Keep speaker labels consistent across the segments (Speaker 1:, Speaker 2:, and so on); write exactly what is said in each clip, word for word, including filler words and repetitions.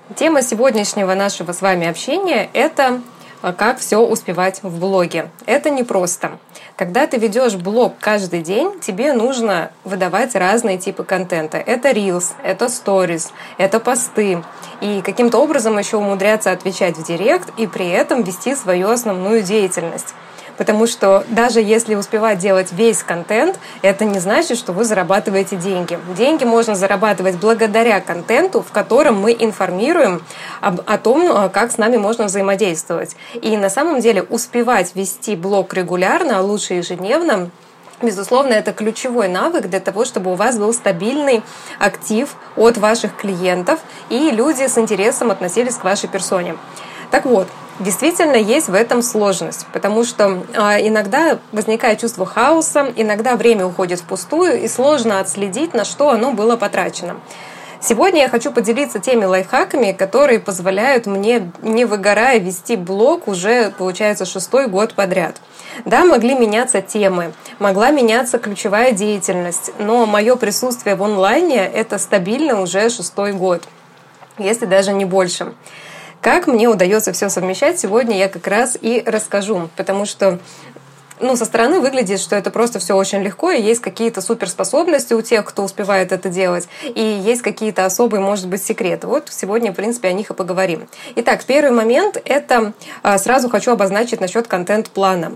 Speaker 1: Тема сегодняшнего нашего с вами общения – это как все успевать в блоге. Это непросто. Когда ты ведешь блог каждый день, тебе нужно выдавать разные типы контента. Это Reels, это Stories, это посты. И каким-то образом еще умудряться отвечать в директ и при этом вести свою основную деятельность. Потому что даже если успевать делать весь контент, это не значит, что вы зарабатываете деньги. Деньги можно зарабатывать благодаря контенту, в котором мы информируем об, о том, как с нами можно взаимодействовать. И на самом деле успевать вести блог регулярно, а лучше ежедневно, безусловно, это ключевой навык для того, чтобы у вас был стабильный актив от ваших клиентов, и люди с интересом относились к вашей персоне. Так вот, действительно есть в этом сложность, потому что а, иногда возникает чувство хаоса, иногда время уходит впустую, и сложно отследить, на что оно было потрачено. Сегодня я хочу поделиться теми лайфхаками, которые позволяют мне, не выгорая, вести блог уже, получается, шестой год подряд. Да, могли меняться темы, могла меняться ключевая деятельность, но мое присутствие в онлайне — это стабильно уже шестой год, если даже не больше. Как мне удается все совмещать, сегодня я как раз и расскажу, потому что ну, со стороны выглядит, что это просто все очень легко, и есть какие-то суперспособности у тех, кто успевает это делать, и есть какие-то особые, может быть, секреты. Вот сегодня, в принципе, о них и поговорим. Итак, первый момент — это сразу хочу обозначить насчет контент-плана.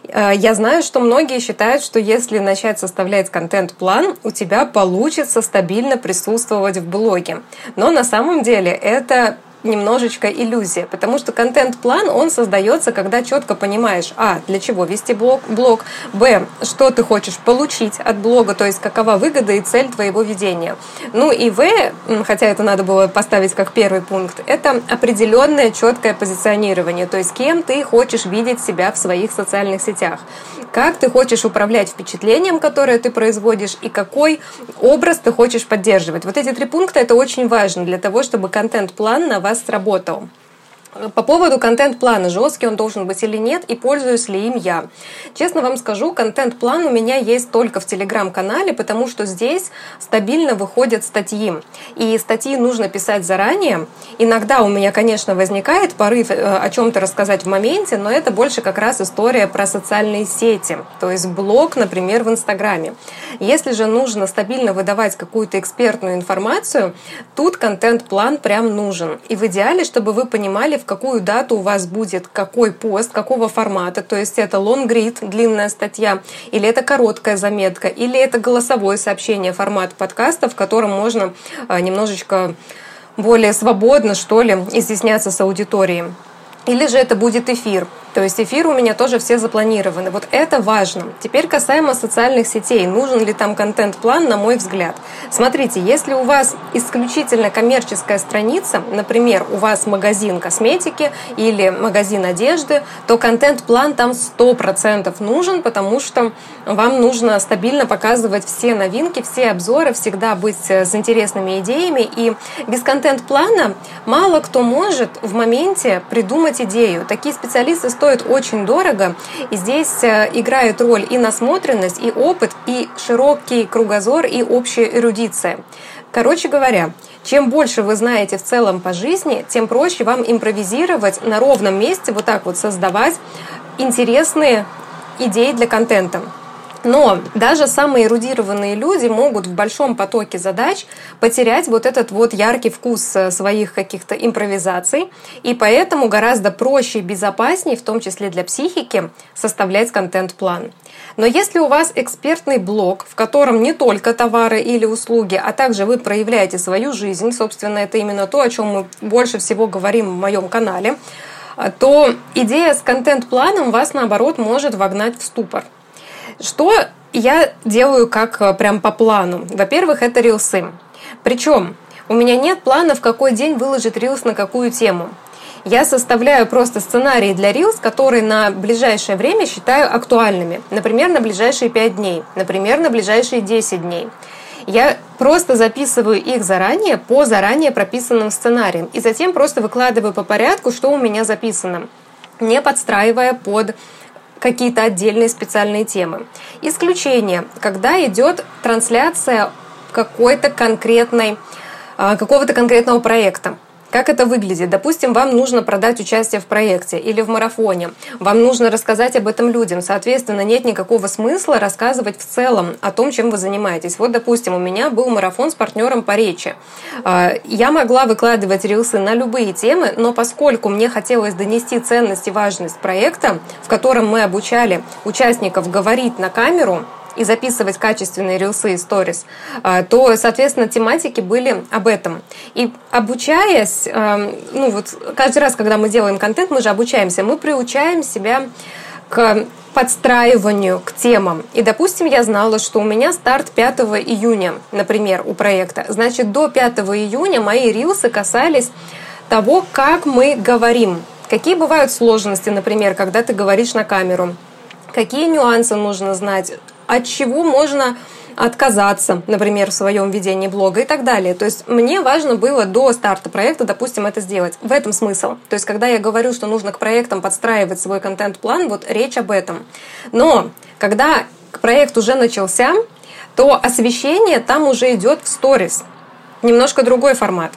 Speaker 1: Я знаю, что многие считают, что если начать составлять контент-план, у тебя получится стабильно присутствовать в блоге. Но на самом деле это немножечко иллюзия, потому что контент-план, он создается, когда четко понимаешь, а, для чего вести блог, блог, б, что ты хочешь получить от блога, то есть какова выгода и цель твоего ведения. Ну и в, хотя это надо было поставить как первый пункт, это определенное четкое позиционирование, то есть кем ты хочешь видеть себя в своих социальных сетях, как ты хочешь управлять впечатлением, которое ты производишь, и какой образ ты хочешь поддерживать. Вот эти три пункта — это очень важно для того, чтобы контент-план на вас сработал. По поводу контент-плана, жесткий он должен быть или нет, и пользуюсь ли им я. Честно вам скажу, контент-план у меня есть только в Телеграм-канале, потому что здесь стабильно выходят статьи. И статьи нужно писать заранее. Иногда у меня, конечно, возникает порыв о чем-то рассказать в моменте, но это больше как раз история про социальные сети, то есть блог, например, в Инстаграме. Если же нужно стабильно выдавать какую-то экспертную информацию, тут контент-план прям нужен. И в идеале, чтобы вы понимали, в какую дату у вас будет какой пост, какого формата, то есть это лонгрид, длинная статья, или это короткая заметка, или это голосовое сообщение, формат подкаста, в котором можно немножечко более свободно, что ли, изъясняться с аудиторией. Или же это будет эфир. То есть эфиры у меня тоже все запланированы. Вот это важно. Теперь касаемо социальных сетей. Нужен ли там контент-план, на мой взгляд? Смотрите, если у вас исключительно коммерческая страница, например, у вас магазин косметики или магазин одежды, то контент-план там сто процентов нужен, потому что вам нужно стабильно показывать все новинки, все обзоры, всегда быть с интересными идеями. И без контент-плана мало кто может в моменте придумать идею. Такие специалисты стоит очень дорого, и здесь играет роль и насмотренность, и опыт, и широкий кругозор, и общая эрудиция. Короче говоря, чем больше вы знаете в целом по жизни, тем проще вам импровизировать на ровном месте, вот так вот создавать интересные идеи для контента. Но даже самые эрудированные люди могут в большом потоке задач потерять вот этот вот яркий вкус своих каких-то импровизаций, и поэтому гораздо проще и безопаснее, в том числе для психики, составлять контент-план. Но если у вас экспертный блог, в котором не только товары или услуги, а также вы проявляете свою жизнь, собственно, это именно то, о чем мы больше всего говорим в моем канале, то идея с контент-планом вас, наоборот, может вогнать в ступор. Что я делаю как прям по плану? Во-первых, это рилсы. Причем у меня нет плана, в какой день выложить рилс на какую тему. Я составляю просто сценарии для рилс, которые на ближайшее время считаю актуальными. Например, на ближайшие пять дней, например, на ближайшие десять дней. Я просто записываю их заранее по заранее прописанным сценариям. И затем просто выкладываю по порядку, что у меня записано, не подстраивая под какие-то отдельные специальные темы. Исключение, когда идет трансляция какой-то конкретной, какого-то конкретного проекта. Как это выглядит? Допустим, вам нужно продать участие в проекте или в марафоне. Вам нужно рассказать об этом людям. Соответственно, нет никакого смысла рассказывать в целом о том, чем вы занимаетесь. Вот, допустим, у меня был марафон с партнером по речи. Я могла выкладывать рилсы на любые темы, но поскольку мне хотелось донести ценность и важность проекта, в котором мы обучали участников говорить на камеру и записывать качественные рилсы и сторис, то, соответственно, тематики были об этом. И обучаясь, ну вот каждый раз, когда мы делаем контент, мы же обучаемся, мы приучаем себя к подстраиванию к темам. И, допустим, я знала, что у меня старт пятого июня, например, у проекта. Значит, до пятого июня мои рилсы касались того, как мы говорим. Какие бывают сложности, например, когда ты говоришь на камеру. Какие нюансы нужно знать, от чего можно отказаться, например, в своем ведении блога и так далее. То есть мне важно было до старта проекта, допустим, это сделать. В этом смысл. То есть когда я говорю, что нужно к проектам подстраивать свой контент-план, вот речь об этом. Но когда проект уже начался, то освещение там уже идет в сторис. Немножко другой формат.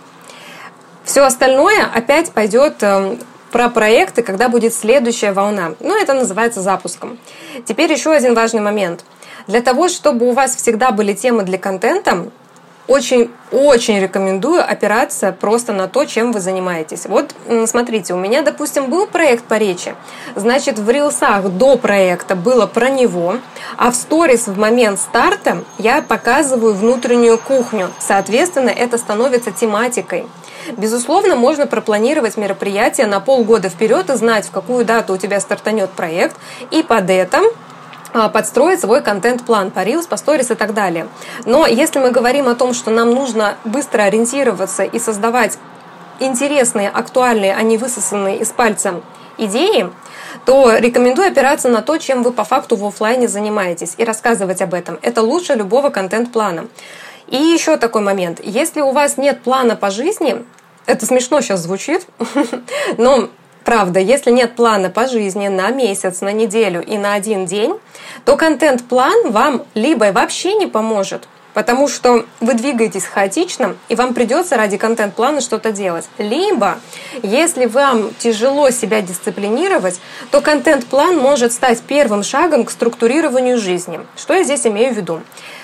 Speaker 1: Все остальное опять пойдет про проекты, когда будет следующая волна. Ну, это называется запуском. Теперь еще один важный момент. Для того, чтобы у вас всегда были темы для контента, очень-очень рекомендую опираться просто на то, чем вы занимаетесь. Вот смотрите, у меня, допустим, был проект по речи. Значит, в рилсах до проекта было про него, а в сторис в момент старта я показываю внутреннюю кухню. Соответственно, это становится тематикой. Безусловно, можно пропланировать мероприятие на полгода вперед и знать, в какую дату у тебя стартанет проект, и под это подстроить свой контент-план по Reels, по Stories и так далее. Но если мы говорим о том, что нам нужно быстро ориентироваться и создавать интересные, актуальные, а не высосанные из пальца идеи, то рекомендую опираться на то, чем вы по факту в офлайне занимаетесь, и рассказывать об этом. Это лучше любого контент-плана. И еще такой момент. Если у вас нет плана по жизни, это смешно сейчас звучит, но правда, если нет плана по жизни на месяц, на неделю и на один день, то контент-план вам либо вообще не поможет, потому что вы двигаетесь хаотично, и вам придется ради контент-плана что-то делать. Либо, если вам тяжело себя дисциплинировать, то контент-план может стать первым шагом к структурированию жизни. Что я здесь имею в виду?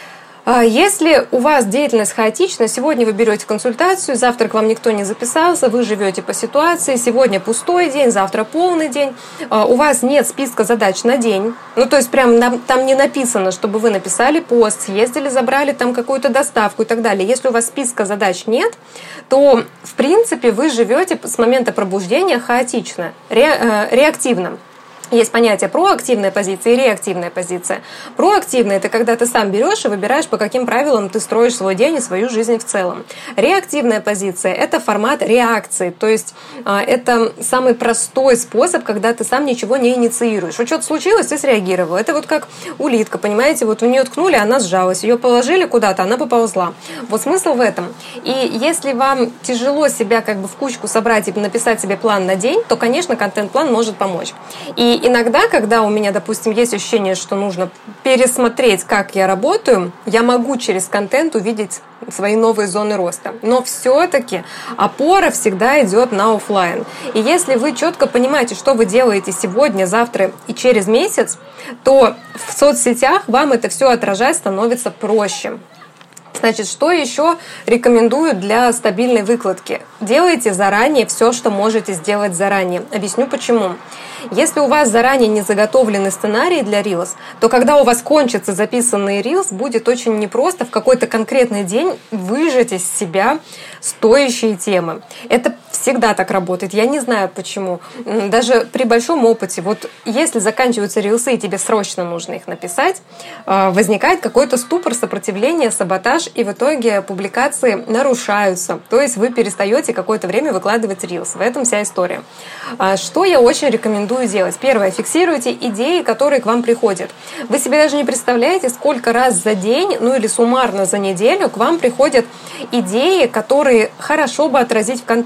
Speaker 1: Если у вас деятельность хаотична, сегодня вы берете консультацию, завтра к вам никто не записался, вы живете по ситуации, сегодня пустой день, завтра полный день, у вас нет списка задач на день, ну то есть прям там не написано, чтобы вы написали пост, съездили, забрали там какую-то доставку и так далее. Если у вас списка задач нет, то в принципе вы живете с момента пробуждения хаотично, ре, реактивно. Есть понятие проактивная позиция и реактивная позиция. Проактивная – это когда ты сам берешь и выбираешь, по каким правилам ты строишь свой день и свою жизнь в целом. Реактивная позиция – это формат реакции, то есть это самый простой способ, когда ты сам ничего не инициируешь. Вот что-то случилось, ты среагировал. Это вот как улитка, понимаете, вот в нее ткнули, она сжалась, ее положили куда-то, она поползла. Вот смысл в этом. И если вам тяжело себя как бы в кучку собрать и написать себе план на день, то, конечно, контент-план может помочь. И иногда, когда у меня, допустим, есть ощущение, что нужно пересмотреть, как я работаю, я могу через контент увидеть свои новые зоны роста. Но все-таки опора всегда идет на офлайн. И если вы четко понимаете, что вы делаете сегодня, завтра и через месяц, то в соцсетях вам это все отражать становится проще. Значит, что еще рекомендую для стабильной выкладки? Делайте заранее все, что можете сделать заранее. Объясню почему. Если у вас заранее не заготовлены сценарии для Reels, то когда у вас кончатся записанные Reels, будет очень непросто в какой-то конкретный день выжать из себя стоящие темы. Это всегда так работает. Я не знаю почему. Даже при большом опыте, вот если заканчиваются рилсы и тебе срочно нужно их написать, возникает какой-то ступор, сопротивление, саботаж, и в итоге публикации нарушаются. То есть вы перестаете какое-то время выкладывать рилс. В этом вся история. Что я очень рекомендую делать? Первое. Фиксируйте идеи, которые к вам приходят. Вы себе даже не представляете, сколько раз за день, ну или суммарно за неделю к вам приходят идеи, которые хорошо бы отразить в контенте.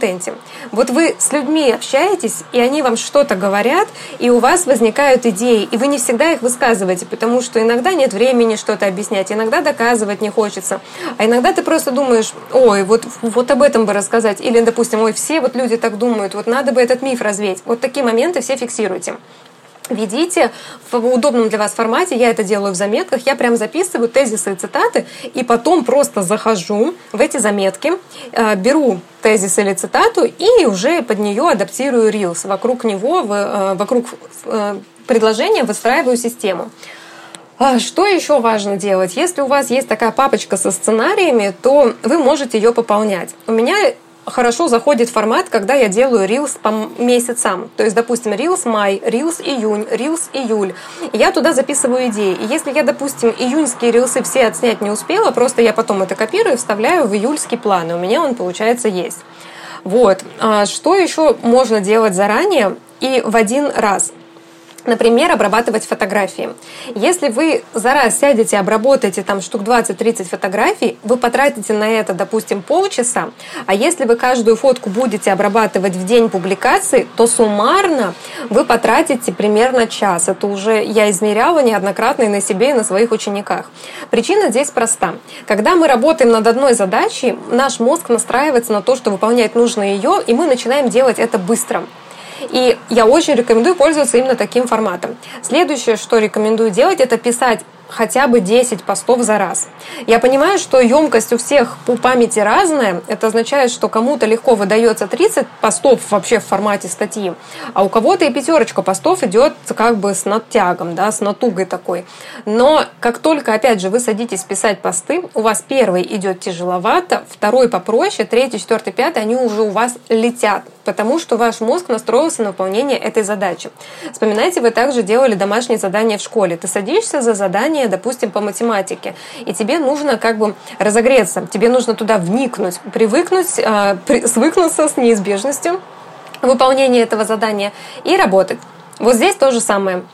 Speaker 1: Вот вы с людьми общаетесь, и они вам что-то говорят, и у вас возникают идеи, и вы не всегда их высказываете, потому что иногда нет времени что-то объяснять, иногда доказывать не хочется, а иногда ты просто думаешь, ой, вот, вот об этом бы рассказать, или, допустим, ой, все вот люди так думают, вот надо бы этот миф развеять. Вот такие моменты все фиксируйте. Ведите в удобном для вас формате, я это делаю в заметках, я прям записываю тезисы и цитаты, и потом просто захожу в эти заметки, беру тезис или цитату и уже под нее адаптирую рилс, вокруг него, вокруг предложения выстраиваю систему. Что еще важно делать? Если у вас есть такая папочка со сценариями, то вы можете ее пополнять. У меня хорошо заходит формат, когда я делаю рилс по месяцам. То есть, допустим, рилс май, рилс июнь, рилс июль. И я туда записываю идеи. И если я, допустим, июньские рилсы все отснять не успела, просто я потом это копирую и вставляю в июльский план. И у меня он, получается, есть. Вот. Что еще можно делать заранее и в один раз? Например, обрабатывать фотографии. Если вы за раз сядете и обработаете там штук двадцать-тридцать фотографий, вы потратите на это, допустим, полчаса, а если вы каждую фотку будете обрабатывать в день публикации, то суммарно вы потратите примерно час. Это уже я измеряла неоднократно и на себе, и на своих учениках. Причина здесь проста. Когда мы работаем над одной задачей, наш мозг настраивается на то, что выполнять нужно ее, и мы начинаем делать это быстро. И я очень рекомендую пользоваться именно таким форматом. Следующее, что рекомендую делать, это писать хотя бы десять постов за раз. Я понимаю, что емкость у всех по памяти разная. Это означает, что кому-то легко выдается тридцать постов вообще в формате статьи, а у кого-то и пятерочка постов идет как бы с надтягом, да, с натугой такой. Но как только, опять же, вы садитесь писать посты, у вас первый идет тяжеловато, второй попроще, третий, четвертый, пятый, они уже у вас летят, потому что ваш мозг настроился на выполнение этой задачи. Вспоминайте, вы также делали домашние задания в школе. Ты садишься за задание, допустим, по математике, и тебе нужно как бы разогреться, тебе нужно туда вникнуть, привыкнуть, э, при, свыкнуться с неизбежностью выполнения этого задания и работать. Вот здесь то же самое.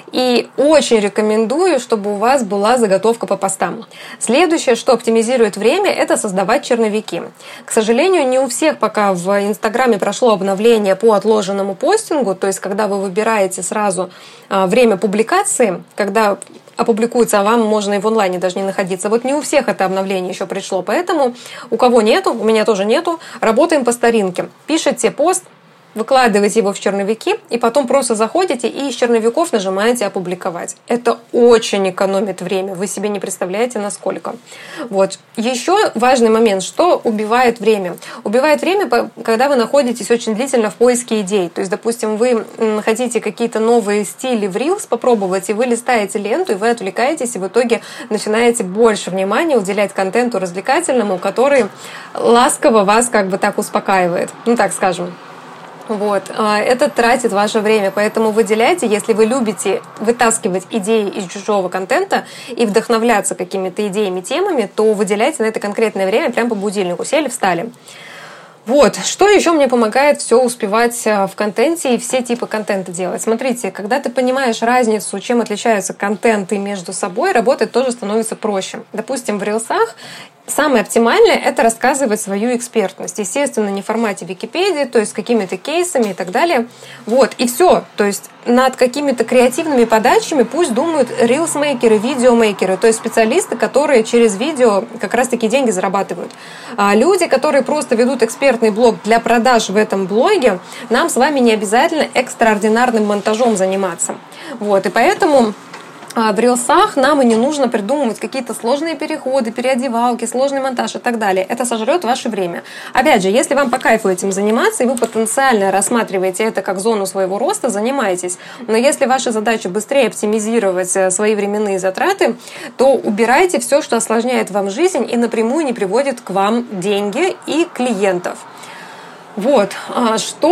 Speaker 1: И очень рекомендую, чтобы у вас была заготовка по постам. Следующее, что оптимизирует время, это создавать черновики. К сожалению, не у всех пока в Инстаграме прошло обновление по отложенному постингу, то есть когда вы выбираете сразу время публикации, когда опубликуется, а вам можно и в онлайне даже не находиться. Вот не у всех это обновление еще пришло, поэтому у кого нету, у меня тоже нету, работаем по старинке. Пишите пост, выкладываете его в черновики, и потом просто заходите и из черновиков нажимаете «Опубликовать». Это очень экономит время, вы себе не представляете, насколько. Вот. Еще важный момент, что убивает время. Убивает время, когда вы находитесь очень длительно в поиске идей. То есть, допустим, вы хотите какие-то новые стили в Reels попробовать, и вы листаете ленту, и вы отвлекаетесь, и в итоге начинаете больше внимания уделять контенту развлекательному, который ласково вас как бы так успокаивает, ну так скажем. Вот. Это тратит ваше время, поэтому выделяйте, если вы любите вытаскивать идеи из чужого контента и вдохновляться какими-то идеями, темами, то выделяйте на это конкретное время прямо по будильнику. Сели, встали. Вот. Что еще мне помогает все успевать в контенте и все типы контента делать? Смотрите, когда ты понимаешь разницу, чем отличаются контенты между собой, работать тоже становится проще. Допустим, в рилсах самое оптимальное – это рассказывать свою экспертность. Естественно, не в формате Википедии, то есть с какими-то кейсами и так далее. Вот, и все. То есть над какими-то креативными подачами пусть думают рилсмейкеры, видеомейкеры, то есть специалисты, которые через видео как раз-таки деньги зарабатывают. А люди, которые просто ведут экспертный блог для продаж в этом блоге, нам с вами не обязательно экстраординарным монтажом заниматься. Вот, и поэтому в рилсах нам и не нужно придумывать какие-то сложные переходы, переодевалки, сложный монтаж и так далее. Это сожрет ваше время. Опять же, если вам по кайфу этим заниматься, и вы потенциально рассматриваете это как зону своего роста, занимайтесь. Но если ваша задача быстрее оптимизировать свои временные затраты, то убирайте все, что осложняет вам жизнь и напрямую не приводит к вам деньги и клиентов. Вот. Что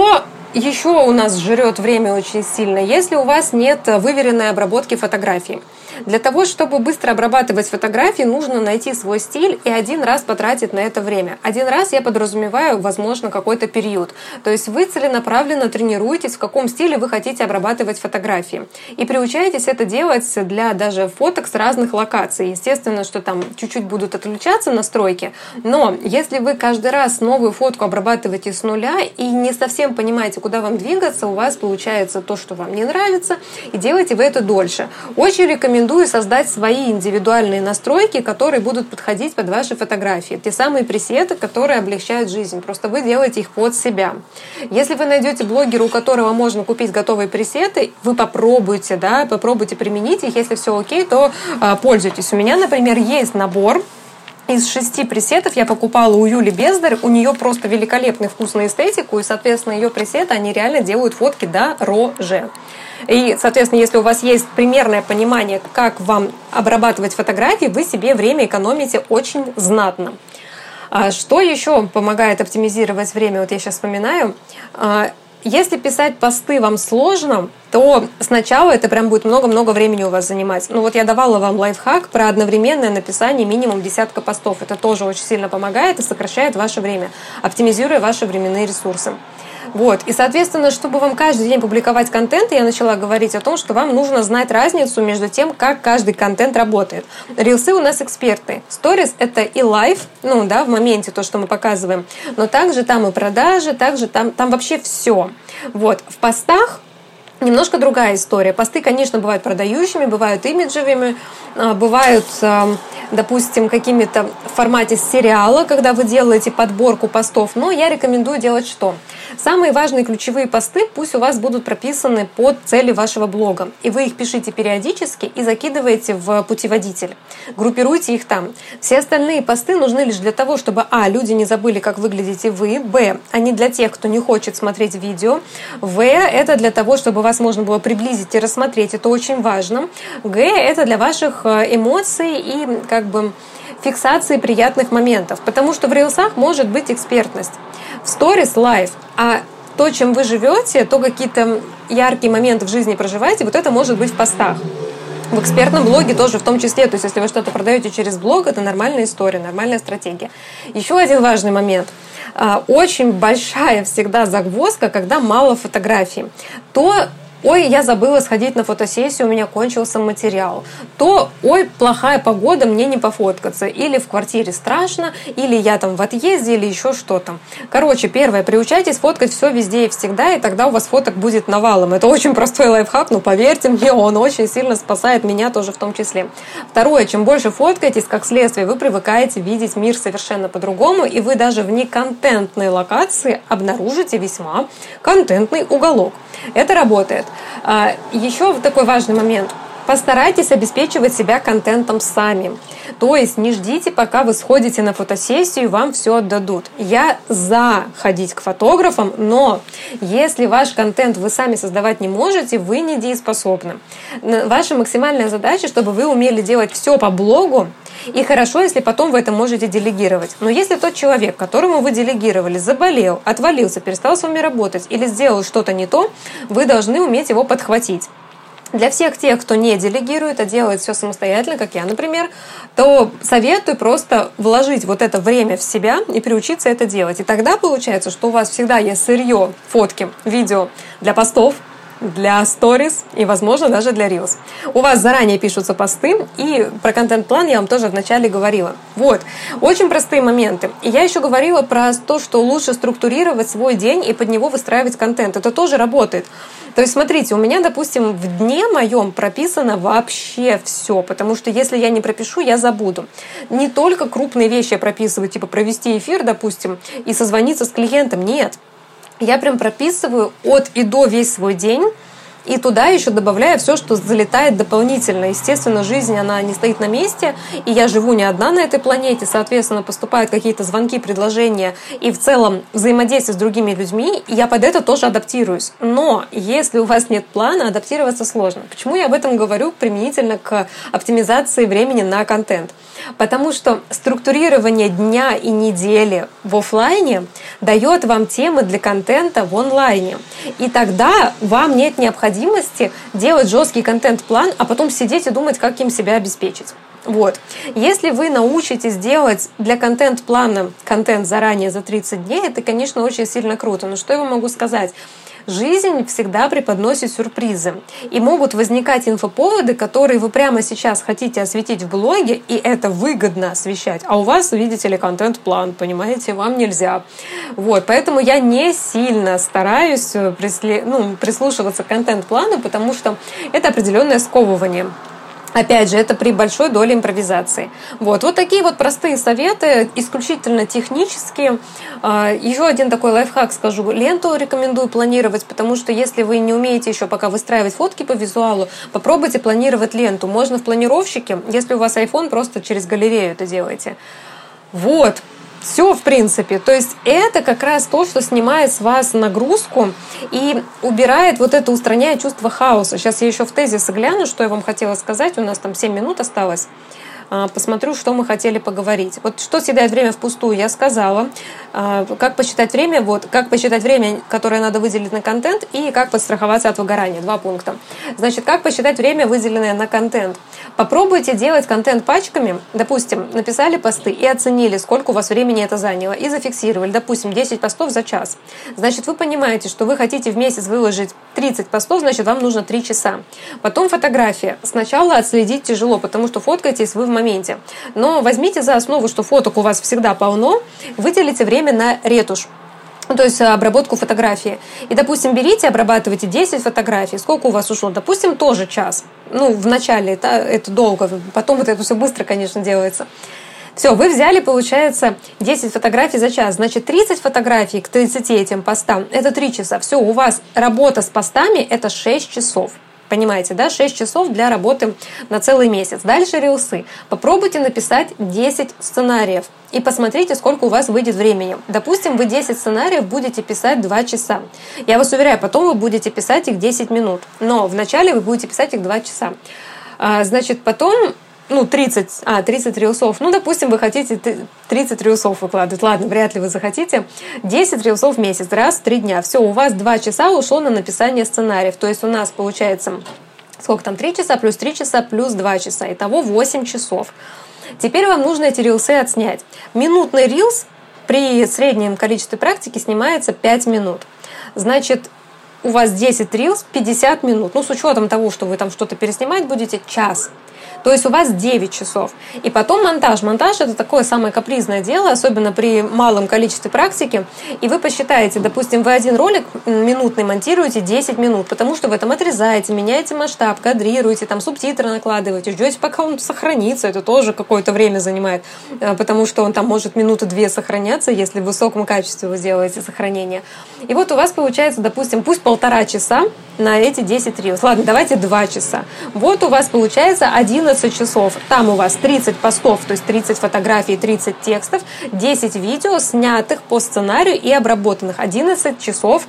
Speaker 1: еще у нас жрет время очень сильно, если у вас нет выверенной обработки фотографий. Для того, чтобы быстро обрабатывать фотографии, нужно найти свой стиль и один раз потратить на это время. Один раз я подразумеваю, возможно, какой-то период. То есть вы целенаправленно тренируетесь, в каком стиле вы хотите обрабатывать фотографии. И приучаетесь это делать для даже фоток с разных локаций. Естественно, что там чуть-чуть будут отличаться настройки, но если вы каждый раз новую фотку обрабатываете с нуля и не совсем понимаете, куда вам двигаться, у вас получается то, что вам не нравится, и делаете вы это дольше. Очень рекомендую создать свои индивидуальные настройки, которые будут подходить под ваши фотографии. Те самые пресеты, которые облегчают жизнь. Просто вы делаете их под себя. Если вы найдете блогера, у которого можно купить готовые пресеты, вы попробуйте, да, попробуйте применить их. Если все окей, то а, пользуйтесь. У меня, например, есть набор из шести пресетов. Я покупала у Юли Бездарь. У нее просто великолепный вкус на эстетику, и, соответственно, ее пресеты, они реально делают фотки дороже. И, соответственно, если у вас есть примерное понимание, как вам обрабатывать фотографии, вы себе время экономите очень знатно. Что еще помогает оптимизировать время? Вот я сейчас вспоминаю. Если писать посты вам сложно, то сначала это прям будет много-много времени у вас занимать. Ну вот я давала вам лайфхак про одновременное написание минимум десятка постов. Это тоже очень сильно помогает и сокращает ваше время, оптимизируя ваши временные ресурсы. Вот. И, соответственно, чтобы вам каждый день публиковать контент, я начала говорить о том, что вам нужно знать разницу между тем, как каждый контент работает. Рилсы у нас экспертные. Сторис — это и лайв, ну да, в моменте то, что мы показываем, но также там и продажи, также там, там вообще все. Вот. В постах немножко другая история. Посты, конечно, бывают продающими, бывают имиджевыми, бывают, допустим, какими-то в формате сериала, когда вы делаете подборку постов. Но я рекомендую делать что? Самые важные ключевые посты пусть у вас будут прописаны под цели вашего блога. И вы их пишите периодически и закидываете в путеводитель. Группируйте их там. Все остальные посты нужны лишь для того, чтобы а. люди не забыли, как выглядите вы, б. они для тех, кто не хочет смотреть видео, в. это для того, чтобы вас можно было приблизить и рассмотреть. Это очень важно. г. это для ваших эмоций и как бы фиксации приятных моментов. Потому что в рилсах может быть экспертность. В сторис лайв, а то, чем вы живете, то какие-то яркие моменты в жизни проживаете, вот это может быть в постах. В экспертном блоге тоже в том числе. То есть если вы что-то продаете через блог, это нормальная история, нормальная стратегия. Еще один важный момент. Очень большая всегда загвоздка, когда мало фотографий. То ой, я забыла сходить на фотосессию, у меня кончился материал. То, ой, плохая погода, мне не пофоткаться. Или в квартире страшно, или я там в отъезде, или еще что-то. Короче, первое, приучайтесь фоткать все везде и всегда, и тогда у вас фоток будет навалом. Это очень простой лайфхак, но поверьте мне, он очень сильно спасает меня тоже в том числе. Второе, чем больше фоткаетесь, как следствие, вы привыкаете видеть мир совершенно по-другому, и вы даже в неконтентной локации обнаружите весьма контентный уголок. Это работает. Еще такой важный момент. Постарайтесь обеспечивать себя контентом сами. То есть не ждите, пока вы сходите на фотосессию и вам все отдадут. Я за ходить к фотографам, но если ваш контент вы сами создавать не можете, вы недееспособны. Ваша максимальная задача, чтобы вы умели делать все по блогу, и хорошо, если потом вы это можете делегировать. Но если тот человек, которому вы делегировали, заболел, отвалился, перестал с вами работать или сделал что-то не то, вы должны уметь его подхватить. Для всех тех, кто не делегирует, а делает все самостоятельно, как я, например, то советую просто вложить вот это время в себя и приучиться это делать. И тогда получается, что у вас всегда есть сырье, фотки, видео для постов, для сторис и, возможно, даже для рилс. У вас заранее пишутся посты, и про контент-план я вам тоже вначале говорила. Вот. Очень простые моменты. И я еще говорила про то, что лучше структурировать свой день и под него выстраивать контент. Это тоже работает. То есть, смотрите, у меня, допустим, в дне моем прописано вообще все, потому что если я не пропишу, я забуду. Не только крупные вещи я прописываю, типа провести эфир, допустим, и созвониться с клиентом. Нет. Я прям прописываю от и до весь свой день, И туда еще добавляю все, что залетает дополнительно. Естественно, жизнь, она не стоит на месте, и я живу не одна на этой планете, соответственно, поступают какие-то звонки, предложения, и в целом взаимодействие с другими людьми, и я под это тоже адаптируюсь. Но если у вас нет плана, адаптироваться сложно. Почему я об этом говорю применительно к оптимизации времени на контент? Потому что структурирование дня и недели в офлайне дает вам темы для контента в онлайне. И тогда вам нет необходимости делать жесткий контент-план, а потом сидеть и думать, как им себя обеспечить. Вот. Если вы научитесь делать для контент-плана контент заранее за тридцать дней, это, конечно, очень сильно круто. Но что я вам могу сказать? Жизнь всегда преподносит сюрпризы. И могут возникать инфоповоды, которые вы прямо сейчас хотите осветить в блоге, и это выгодно освещать. А у вас, видите ли, контент-план, понимаете, вам нельзя. Вот, поэтому я не сильно стараюсь присле... ну, прислушиваться к контент-плану, потому что это определенное сковывание. Опять же, это при большой доле импровизации. Вот, вот такие вот простые советы, исключительно технические. Еще один такой лайфхак скажу. Ленту рекомендую планировать, потому что если вы не умеете еще пока выстраивать фотки по визуалу, попробуйте планировать ленту. Можно в планировщике, если у вас iPhone, просто через галерею это делайте. Вот. Все, в принципе. То есть это как раз то, что снимает с вас нагрузку и убирает вот это, устраняет чувство хаоса. Сейчас я еще в тезисы гляну, что я вам хотела сказать. У нас там семь минут осталось. Посмотрю, что мы хотели поговорить. Вот что съедает время впустую, я сказала. Как посчитать время, вот, как посчитать время, которое надо выделить на контент, и как подстраховаться от выгорания. Два пункта. Значит, как посчитать время, выделенное на контент. Попробуйте делать контент пачками. Допустим, написали посты и оценили, сколько у вас времени это заняло, и зафиксировали, допустим, десять постов за час. Значит, вы понимаете, что вы хотите в месяц выложить тридцать постов, значит, вам нужно три часа. Потом фотография. Сначала отследить тяжело, потому что фоткаетесь вы в моменте. Но возьмите за основу, что фоток у вас всегда полно, выделите время на ретушь. То есть обработку фотографии. И, допустим, берите, обрабатывайте десять фотографий. Сколько у вас ушло? Допустим, тоже час. Ну, вначале это, это долго, потом вот это все быстро, конечно, делается. Все, вы взяли, получается, десять фотографий за час. Значит, тридцать фотографий к тридцати этим постам – это три часа. Все, у вас работа с постами – это шесть часов. Понимаете, да? шесть часов для работы на целый месяц. Дальше рилсы. Попробуйте написать десять сценариев и посмотрите, сколько у вас выйдет времени. Допустим, вы десять сценариев будете писать два часа. Я вас уверяю, потом вы будете писать их десять минут. Но вначале вы будете писать их два часа. Значит, потом... Ну, тридцать, а, тридцать рилсов. Ну, допустим, вы хотите тридцать рилсов выкладывать. Ладно, вряд ли вы захотите. десять рилсов в месяц, раз в три дня. Все, у вас два часа ушло на написание сценариев. То есть у нас получается, сколько там, три часа, плюс три часа, плюс два часа. Итого восемь часов. Теперь вам нужно эти рилсы отснять. Минутный рилс при среднем количестве практики снимается пять минут. Значит, у вас десять рилс, пятьдесят минут. Ну, с учетом того, что вы там что-то переснимать будете, час. То есть у вас девять часов. И потом монтаж. Монтаж – это такое самое капризное дело, особенно при малом количестве практики. И вы посчитаете, допустим, вы один ролик минутный монтируете десять минут, потому что вы там отрезаете, меняете масштаб, кадрируете, там субтитры накладываете, ждете, пока он сохранится. Это тоже какое-то время занимает, потому что он там может минуты две сохраняться, если в высоком качестве вы делаете сохранение. И вот у вас получается, допустим, пусть полтора часа на эти десять рилс. Ладно, давайте два часа. Вот у вас получается одиннадцать часов. Там у вас тридцать постов, то есть тридцать фотографий, тридцать текстов, десять видео, снятых по сценарию и обработанных. одиннадцать часов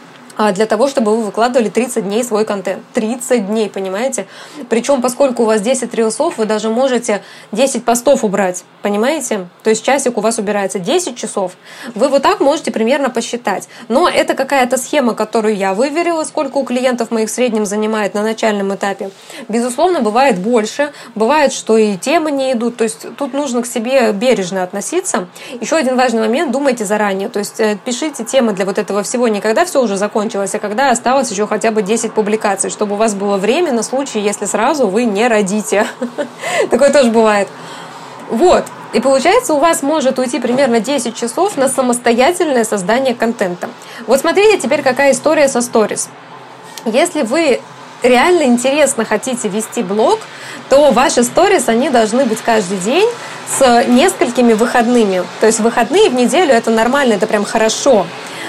Speaker 1: для того, чтобы вы выкладывали тридцать дней свой контент. тридцать дней, понимаете? Причем, поскольку у вас десять рилсов, вы даже можете десять постов убрать, понимаете? То есть часик у вас убирается десять часов. Вы вот так можете примерно посчитать. Но это какая-то схема, которую я выверила, сколько у клиентов моих в среднем занимает на начальном этапе. Безусловно, бывает больше. Бывает, что и темы не идут. То есть тут нужно к себе бережно относиться. Еще один важный момент. Думайте заранее. То есть пишите темы для вот этого всего не когда все уже закончилось, а когда осталось еще хотя бы десять публикаций, чтобы у вас было время на случай, если сразу вы не родите. Такое тоже бывает. Вот. И получается, у вас может уйти примерно десять часов на самостоятельное создание контента. Вот смотрите теперь, какая история со сторис. Если вы реально интересно хотите вести блог, то ваши сторис, они должны быть каждый день с несколькими выходными. То есть выходные в неделю – это нормально, это прям хорошо.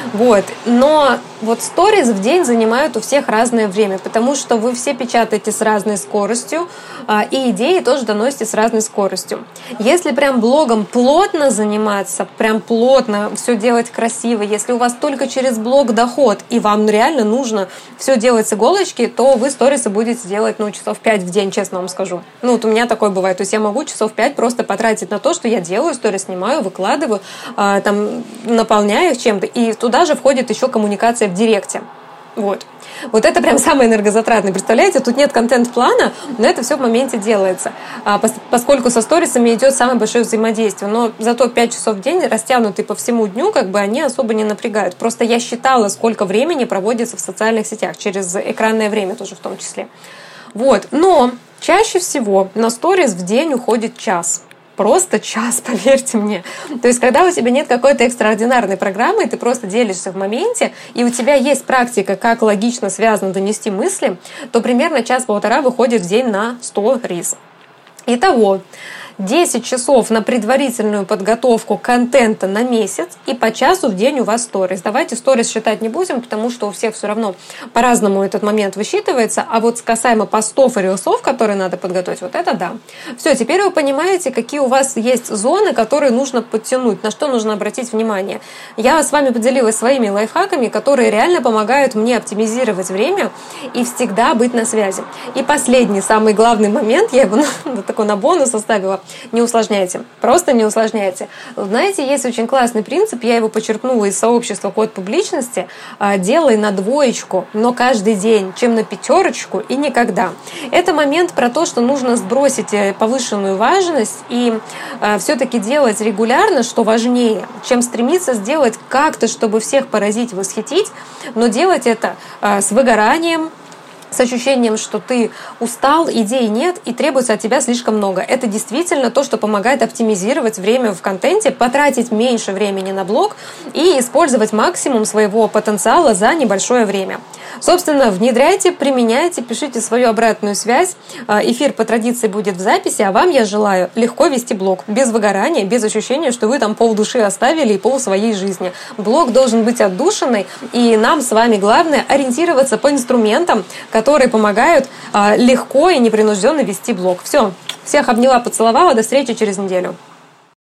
Speaker 1: Вот. Но вот сторис в день занимают у всех разное время, потому что вы все печатаете с разной скоростью, и идеи тоже доносите с разной скоростью. Если прям блогом плотно заниматься, прям плотно все делать красиво, если у вас только через блог доход, и вам реально нужно все делать с иголочки, то вы сторисы будете делать, ну, часов пять в день, честно вам скажу. Ну, вот у меня такое бывает. То есть я могу часов пять просто потратить на то, что я делаю, сторис снимаю, выкладываю, там, наполняю их чем-то, и туда же входит еще коммуникация в директе. Вот. Вот это прям самое энергозатратное. Представляете, тут нет контент-плана, но это все в моменте делается. А, поскольку со сторисами идет самое большое взаимодействие. Но зато пять часов в день, растянутые по всему дню, как бы они особо не напрягают. Просто я считала, сколько времени проводится в социальных сетях, через экранное время тоже в том числе. Вот. Но чаще всего на сторис в день уходит час. Просто час, поверьте мне. То есть, когда у тебя нет какой-то экстраординарной программы, ты просто делишься в моменте, и у тебя есть практика, как логично, связано донести мысли, то примерно час-полтора выходит в день на сто рис. Итого, десять часов на предварительную подготовку контента на месяц, и по часу в день у вас сторис. Давайте сторис считать не будем, потому что у всех все равно по-разному этот момент высчитывается, а вот касаемо постов и рилсов, которые надо подготовить, вот это да. Все, теперь вы понимаете, какие у вас есть зоны, которые нужно подтянуть, на что нужно обратить внимание. Я с вами поделилась своими лайфхаками, которые реально помогают мне оптимизировать время и всегда быть на связи. И последний, самый главный момент, я его вот такой на бонус оставила. Не усложняйте. Просто не усложняйте. Знаете, есть очень классный принцип, я его почерпнула из сообщества «Код публичности». Делай на двоечку, но каждый день, чем на пятерочку и никогда. Это момент про то, что нужно сбросить повышенную важность и все-таки делать регулярно, что важнее, чем стремиться сделать как-то, чтобы всех поразить, восхитить, но делать это с выгоранием, с ощущением, что ты устал, идей нет и требуется от тебя слишком много. Это действительно то, что помогает оптимизировать время в контенте, потратить меньше времени на блог и использовать максимум своего потенциала за небольшое время. Собственно, внедряйте, применяйте, пишите свою обратную связь. Эфир по традиции будет в записи, а вам я желаю легко вести блог, без выгорания, без ощущения, что вы там полдуши оставили и пол своей жизни. Блог должен быть отдушиной, и нам с вами главное ориентироваться по инструментам, которые помогают легко и непринужденно вести блог. Все, всех обняла, поцеловала, до встречи через неделю.